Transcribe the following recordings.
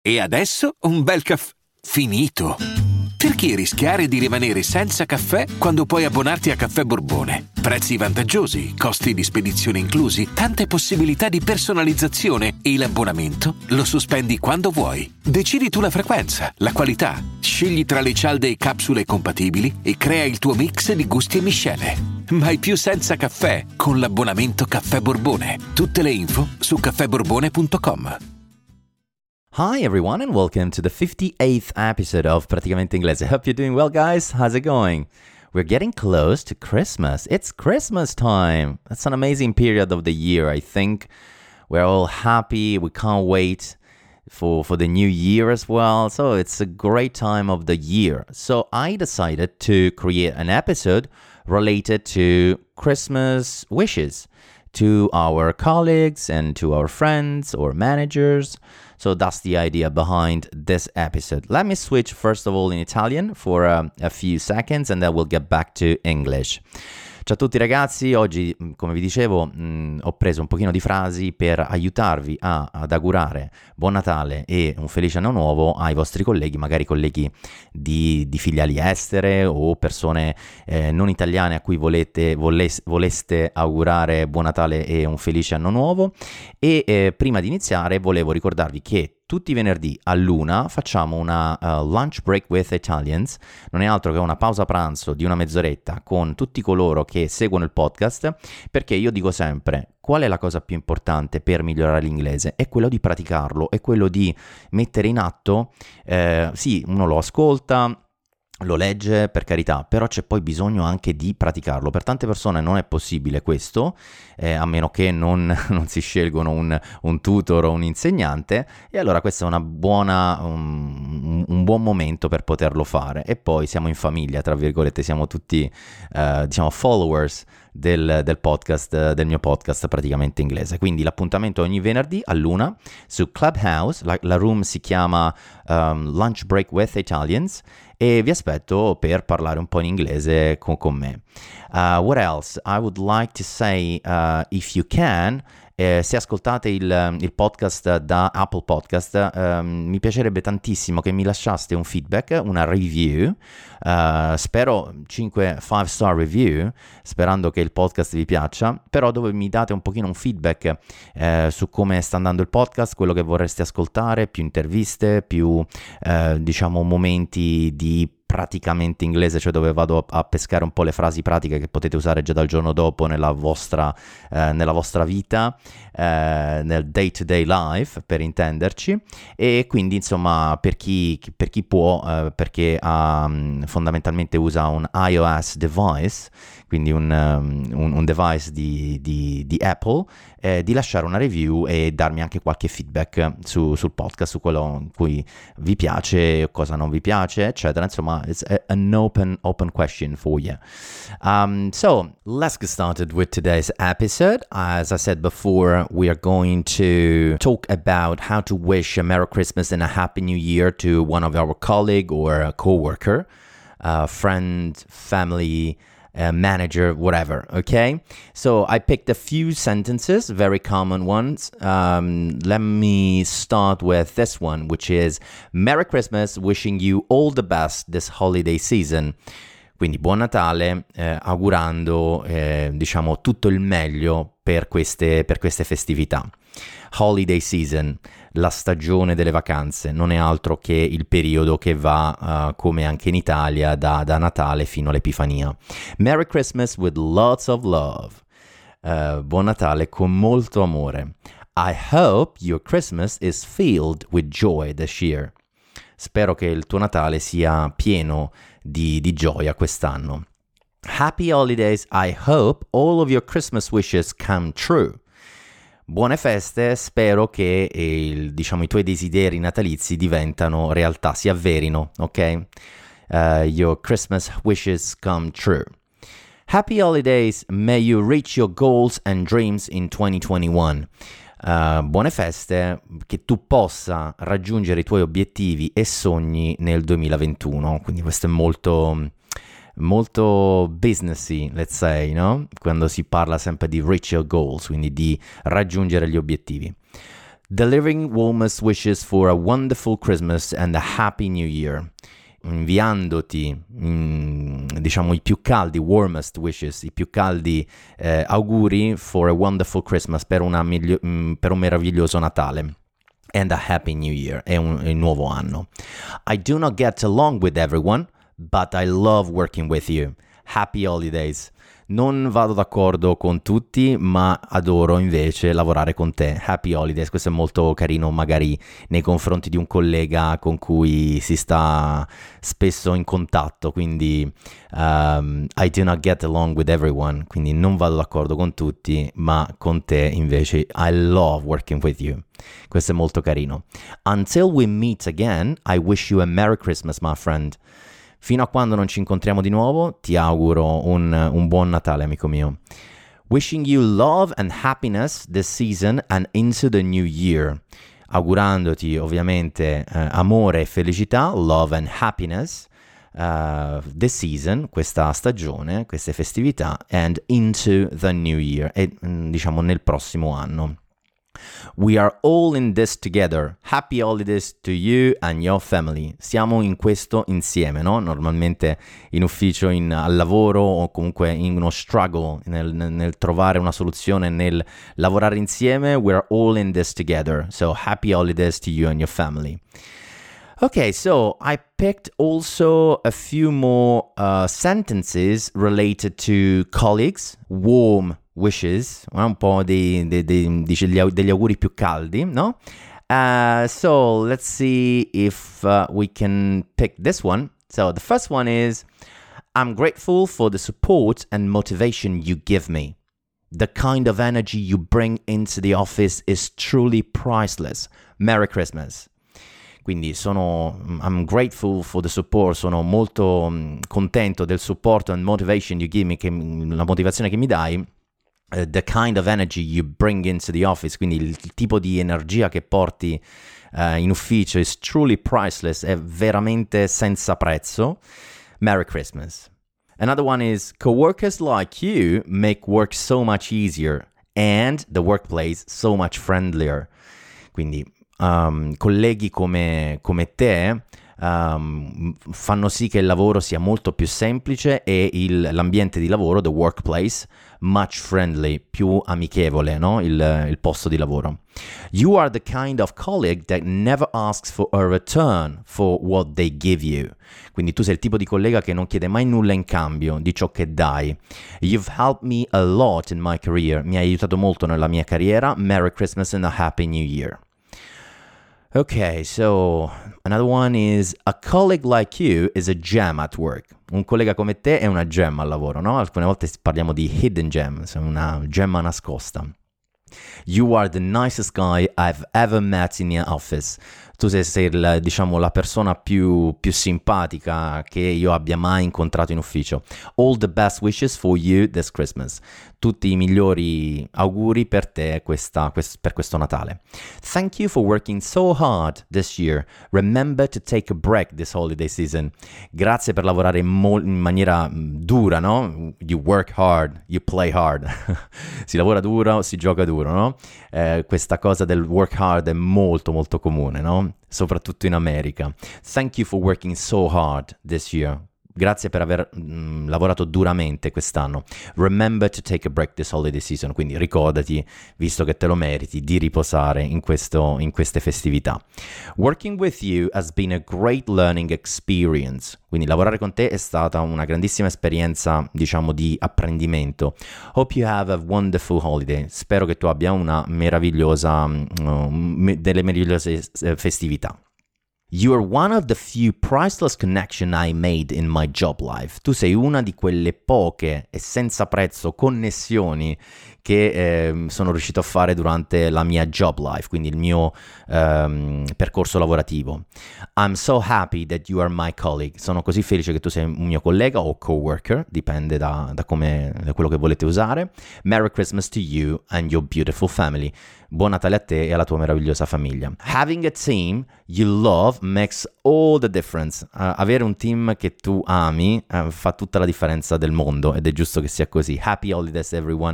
E adesso un bel caffè finito. Perché rischiare di rimanere senza caffè quando puoi abbonarti a Caffè Borbone? Prezzi vantaggiosi, costi di spedizione inclusi, tante possibilità di personalizzazione e l'abbonamento lo sospendi quando vuoi. Decidi tu la frequenza, la qualità, scegli tra le cialde e capsule compatibili e crea il tuo mix di gusti e miscele. Mai più senza caffè con l'abbonamento Caffè Borbone. Tutte le info su caffèborbone.com. Hi everyone and welcome to the 58th episode of Praticamente Inglese. Hope you're doing well, guys. How's it going? We're getting close to Christmas. It's Christmas time. That's an amazing period of the year, I think. We're all happy. We can't wait for the new year as well. So it's a great time of the year. So I decided to create an episode related to Christmas wishes to our colleagues and to our friends or managers. So that's the idea behind this episode. Let me switch first of all in Italian for a few seconds and then we'll get back to English. Ciao a tutti ragazzi, oggi come vi dicevo ho preso un pochino di frasi per aiutarvi ad augurare Buon Natale e un felice anno nuovo ai vostri colleghi, magari colleghi di filiali estere o persone non italiane a cui voleste augurare Buon Natale e un felice anno nuovo. E prima di iniziare volevo ricordarvi che tutti i venerdì all'1 facciamo una lunch break with Italians, non è altro che una pausa pranzo di una mezz'oretta con tutti coloro che seguono il podcast, perché io dico sempre, qual è la cosa più importante per migliorare l'inglese? È quello di praticarlo, è quello di mettere in atto, sì, uno lo ascolta, lo legge, per carità, però c'è poi bisogno anche di praticarlo. Per tante persone non è possibile questo, a meno che non si scelgono un tutor o un insegnante, e allora questo è un buon momento per poterlo fare. E poi siamo in famiglia, tra virgolette, siamo tutti diciamo followers del podcast, del mio podcast Praticamente Inglese. Quindi l'appuntamento è ogni venerdì all'1 su Clubhouse, la room si chiama Lunch Break with Italians, e vi aspetto per parlare un po' in inglese con me. What else? I would like to say, if you can, se ascoltate il podcast da Apple Podcast, mi piacerebbe tantissimo che mi lasciaste un feedback, una review, spero 5 star review, sperando che il podcast vi piaccia, però dove mi date un pochino un feedback su come sta andando il podcast, quello che vorreste ascoltare, più interviste, più diciamo momenti di praticamente inglese, cioè dove vado a pescare un po' le frasi pratiche che potete usare già dal giorno dopo nella vostra vita, nel day to day life, per intenderci. E quindi insomma per chi può, perché fondamentalmente usa un iOS device, quindi un device di Apple, di lasciare una review e darmi anche qualche feedback sul podcast, su quello in cui vi piace, cosa non vi piace, eccetera. Insomma, it's an open question for you. So let's get started with today's episode. As I said before, we are going to talk about how to wish a Merry Christmas and a Happy New Year to one of our colleague or a co-worker, friend, family, manager, whatever, okay? So I picked a few sentences, very common ones. Let me start with this one, which is Merry Christmas, wishing you all the best this holiday season. Quindi buon Natale, augurando diciamo tutto il meglio per queste festività. Holiday season, la stagione delle vacanze, non è altro che il periodo che va, come anche in Italia, da Natale fino all'Epifania. Merry Christmas with lots of love. Buon Natale con molto amore. I hope your Christmas is filled with joy this year. Spero che il tuo Natale sia pieno di gioia quest'anno. Happy holidays. I hope all of your Christmas wishes come true. Buone feste, spero che diciamo i tuoi desideri natalizi diventano realtà, si avverino, ok? Your Christmas wishes come true. Happy holidays, may you reach your goals and dreams in 2021. Buone feste, che tu possa raggiungere i tuoi obiettivi e sogni nel 2021. Quindi questo è molto businessy, let's say, no? Quando si parla sempre di reach your goals, quindi di raggiungere gli obiettivi. Delivering warmest wishes for a wonderful Christmas and a happy New Year. Inviandoti, diciamo, i più caldi, warmest wishes, i più caldi auguri for a wonderful Christmas, per un meraviglioso Natale. And a happy New Year, e un nuovo anno. I do not get along with everyone, but I love working with you. Happy holidays. Non vado d'accordo con tutti, ma adoro invece lavorare con te. Happy holidays. Questo è molto carino, magari nei confronti di un collega con cui si sta spesso in contatto. Quindi I do not get along with everyone. Quindi non vado d'accordo con tutti, ma con te invece I love working with you. Questo è molto carino. Until we meet again, I wish you a Merry Christmas, my friend. Fino a quando non ci incontriamo di nuovo, ti auguro un buon Natale, amico mio. Wishing you love and happiness this season and into the new year. Augurandoti ovviamente amore e felicità, love and happiness, this season, questa stagione, queste festività, and into the new year, e diciamo nel prossimo anno. We are all in this together. Happy holidays to you and your family. Siamo in questo insieme, no? Normalmente in ufficio, al lavoro, o comunque in uno struggle, nel trovare una soluzione, nel lavorare insieme. We are all in this together. So happy holidays to you and your family. Okay, so I picked also a few more sentences related to colleagues, warm wishes, un po' degli auguri più caldi, no? So let's see if we can pick this one. So the first one is, I'm grateful for the support and motivation you give me. The kind of energy you bring into the office is truly priceless. Merry Christmas. Quindi I'm grateful for the support, sono molto contento del supporto and motivation you give me, la motivazione che mi dai. The kind of energy you bring into the office, quindi il tipo di energia che porti in ufficio is truly priceless, è veramente senza prezzo. Merry Christmas. Another one is, coworkers like you make work so much easier and the workplace so much friendlier. Quindi colleghi come te fanno sì che il lavoro sia molto più semplice e l'ambiente di lavoro, the workplace, much friendly, più amichevole, no? Il posto di lavoro. You are the kind of colleague that never asks for a return for what they give you. Quindi tu sei il tipo di collega che non chiede mai nulla in cambio di ciò che dai. You've helped me a lot in my career. Mi hai aiutato molto nella mia carriera. Merry Christmas and a Happy New Year. Okay, so another one is, a colleague like you is a gem at work. Un collega come te è una gemma al lavoro, no? Alcune volte parliamo di hidden gem, una gemma nascosta. You are the nicest guy I've ever met in your office. Tu sei diciamo, la persona più simpatica che io abbia mai incontrato in ufficio. All the best wishes for you this Christmas. Tutti i migliori auguri per te per questo Natale. Thank you for working so hard this year. Remember to take a break this holiday season. Grazie per lavorare in maniera dura, no? You work hard, you play hard. Si lavora duro, si gioca duro, no? Questa cosa del work hard è molto molto comune, no? Soprattutto in America. Thank you for working so hard this year. Grazie per aver lavorato duramente quest'anno. Remember to take a break this holiday season. Quindi ricordati, visto che te lo meriti, di riposare in queste festività. Working with you has been a great learning experience. Quindi lavorare con te è stata una grandissima esperienza, diciamo, di apprendimento. Hope you have a wonderful holiday. Spero che tu abbia una meravigliosa, delle meravigliose festività. You are one of the few priceless connections I made in my job life. Tu sei una di quelle poche e senza prezzo connessioni che sono riuscito a fare durante la mia job life, quindi il mio percorso lavorativo. I'm so happy that you are my colleague. Sono così felice che tu sei un mio collega o coworker, dipende da quello che volete usare. Merry Christmas to you and your beautiful family. Buon Natale a te e alla tua meravigliosa famiglia. Having a team you love makes all the difference. Avere un team che tu ami fa tutta la differenza del mondo ed è giusto che sia così. Happy holidays everyone.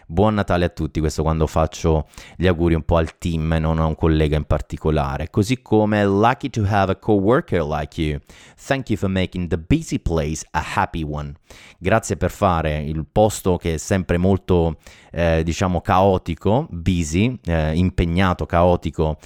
Buon Natale a tutti, questo quando faccio gli auguri un po' al team e non a un collega in particolare. Così come lucky to have a coworker like you. Thank you for making the busy place a happy one. Grazie per fare il posto che è sempre molto, caotico, busy, impegnato, caotico,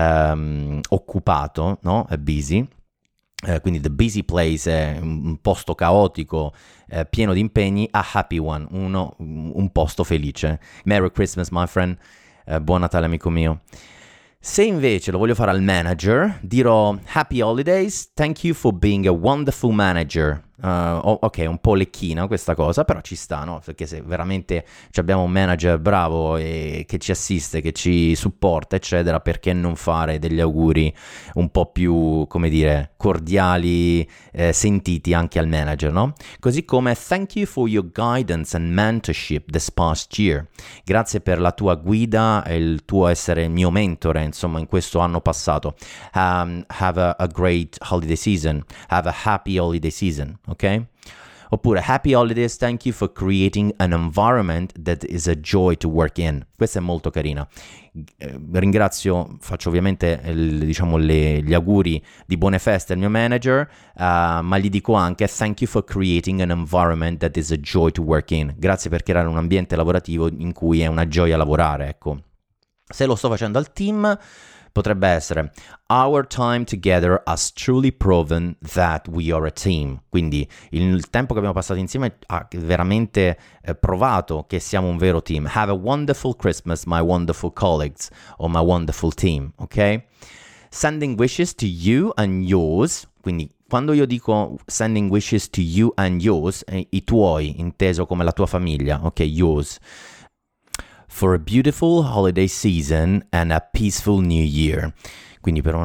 occupato, no? Busy. Quindi the busy place è un posto caotico, pieno di impegni, a happy one, un posto felice. Merry Christmas, my friend. Buon Natale, amico mio. Se invece lo voglio fare al manager, dirò Happy Holidays, thank you for being a wonderful manager. Ok, un po' lecchina questa cosa, però ci sta, no? Perché se veramente abbiamo un manager bravo e che ci assiste, che ci supporta, eccetera, perché non fare degli auguri un po' più, come dire, cordiali, sentiti anche al manager, no? Così come thank you for your guidance and mentorship this past year. Grazie per la tua guida e il tuo essere mio mentore, insomma, in questo anno passato. Have a great holiday season. Have a happy holiday season. Ok? Oppure happy holidays, thank you for creating an environment that is a joy to work in. Questa è molto carina. Ringrazio, faccio ovviamente gli auguri di buone feste al mio manager, ma gli dico anche thank you for creating an environment that is a joy to work in. Grazie per creare un ambiente lavorativo in cui è una gioia lavorare, ecco. Se lo sto facendo al team, potrebbe essere Our time together has truly proven that we are a team. Quindi il tempo che abbiamo passato insieme ha veramente provato che siamo un vero team. Have a wonderful Christmas, my wonderful colleagues, or my wonderful team, ok? Sending wishes to you and yours. Quindi quando io dico sending wishes to you and yours, i tuoi, inteso come la tua famiglia, ok? Yours. For a beautiful holiday season and a peaceful new year. Quindi per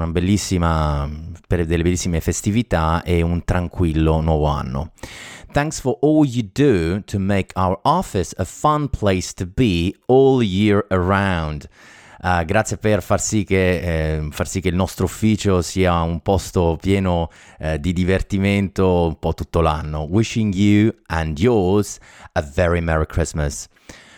delle bellissime festività e un tranquillo nuovo anno. Thanks for all you do to make our office a fun place to be all year around. Grazie per far sì che il nostro ufficio sia un posto pieno di divertimento un po' tutto l'anno. Wishing you and yours a very Merry Christmas.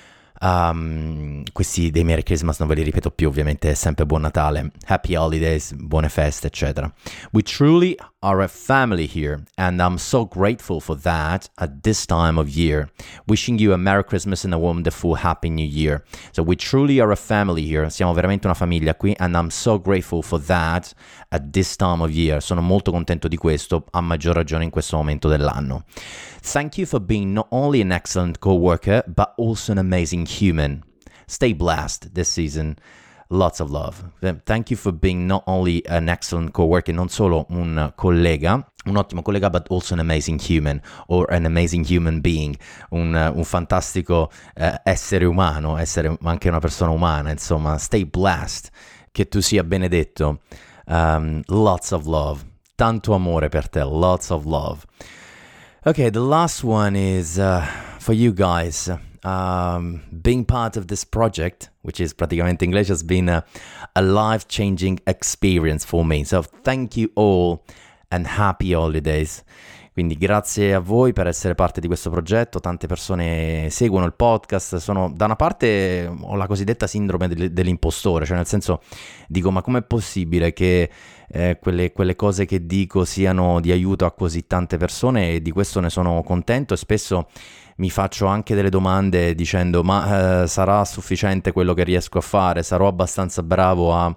Questi dei Merry Christmas non ve li ripeto più, ovviamente è sempre Buon Natale, Happy Holidays, buone feste, eccetera. We truly are a family here and I'm so grateful for that at this time of year. Wishing you a Merry Christmas and a wonderful Happy New Year. So we truly are a family here, siamo veramente una famiglia qui and I'm so grateful for that at this time of year. Sono molto contento di questo, a maggior ragione in questo momento dell'anno. Thank you for being not only an excellent co-worker, but also an amazing human. Stay blessed this season. Lots of love. Thank you for being not only an excellent co-worker, non solo un collega, un ottimo collega, but also an amazing human, or an amazing human being, un fantastico essere umano, essere anche una persona umana, insomma. Stay blessed. Che tu sia benedetto. Lots of love. Tanto amore per te. Lots of love. Okay, the last one is for you guys. Being part of this project, which is praticamente English, has been a life-changing experience for me. So thank you all and happy holidays. Quindi grazie a voi per essere parte di questo progetto, tante persone seguono il podcast, da una parte ho la cosiddetta sindrome dell'impostore, cioè nel senso dico ma com'è possibile che quelle cose che dico siano di aiuto a così tante persone, e di questo ne sono contento, e spesso mi faccio anche delle domande dicendo ma sarà sufficiente quello che riesco a fare, sarò abbastanza bravo a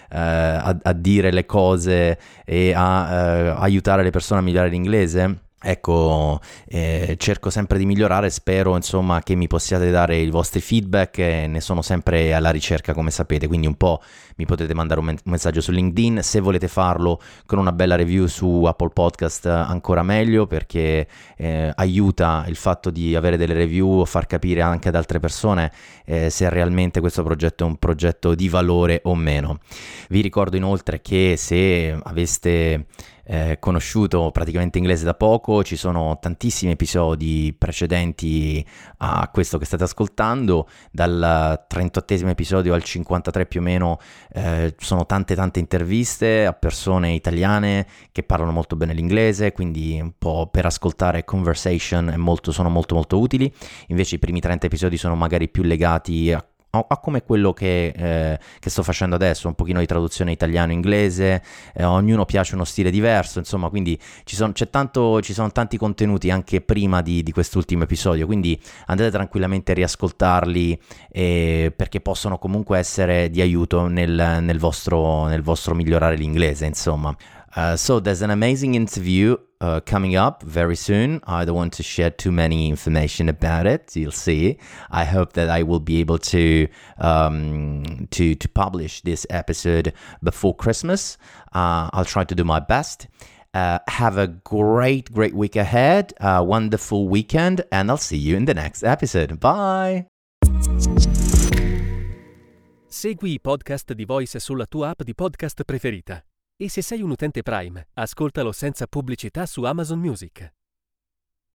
dire le cose e a aiutare le persone a migliorare l'inglese? Ecco, cerco sempre di migliorare, spero insomma che mi possiate dare i vostri feedback, e ne sono sempre alla ricerca, come sapete, quindi un po' mi potete mandare un messaggio su LinkedIn, se volete farlo con una bella review su Apple Podcast ancora meglio, perché aiuta il fatto di avere delle review a far capire anche ad altre persone se realmente questo progetto è un progetto di valore o meno. Vi ricordo inoltre che se aveste conosciuto praticamente inglese da poco, ci sono tantissimi episodi precedenti a questo che state ascoltando, dal 38esimo episodio al 53 più o meno, sono tante interviste a persone italiane che parlano molto bene l'inglese, quindi un po' per ascoltare conversation sono molto utili. Invece i primi 30 episodi sono magari più legati a come quello che sto facendo adesso, un pochino di traduzione italiano-inglese, ognuno piace uno stile diverso, insomma, quindi ci sono tanti contenuti anche prima di quest'ultimo episodio, quindi andate tranquillamente a riascoltarli, perché possono comunque essere di aiuto nel vostro migliorare l'inglese, insomma. So there's an amazing interview coming up very soon. I don't want to share too many information about it. You'll see. I hope that I will be able to publish this episode before Christmas. I'll try to do my best. Have a great week ahead. A wonderful weekend, and I'll see you in the next episode. Bye. Segui i podcast di Voice sulla tua app di podcast preferita. E se sei un utente Prime, ascoltalo senza pubblicità su Amazon Music.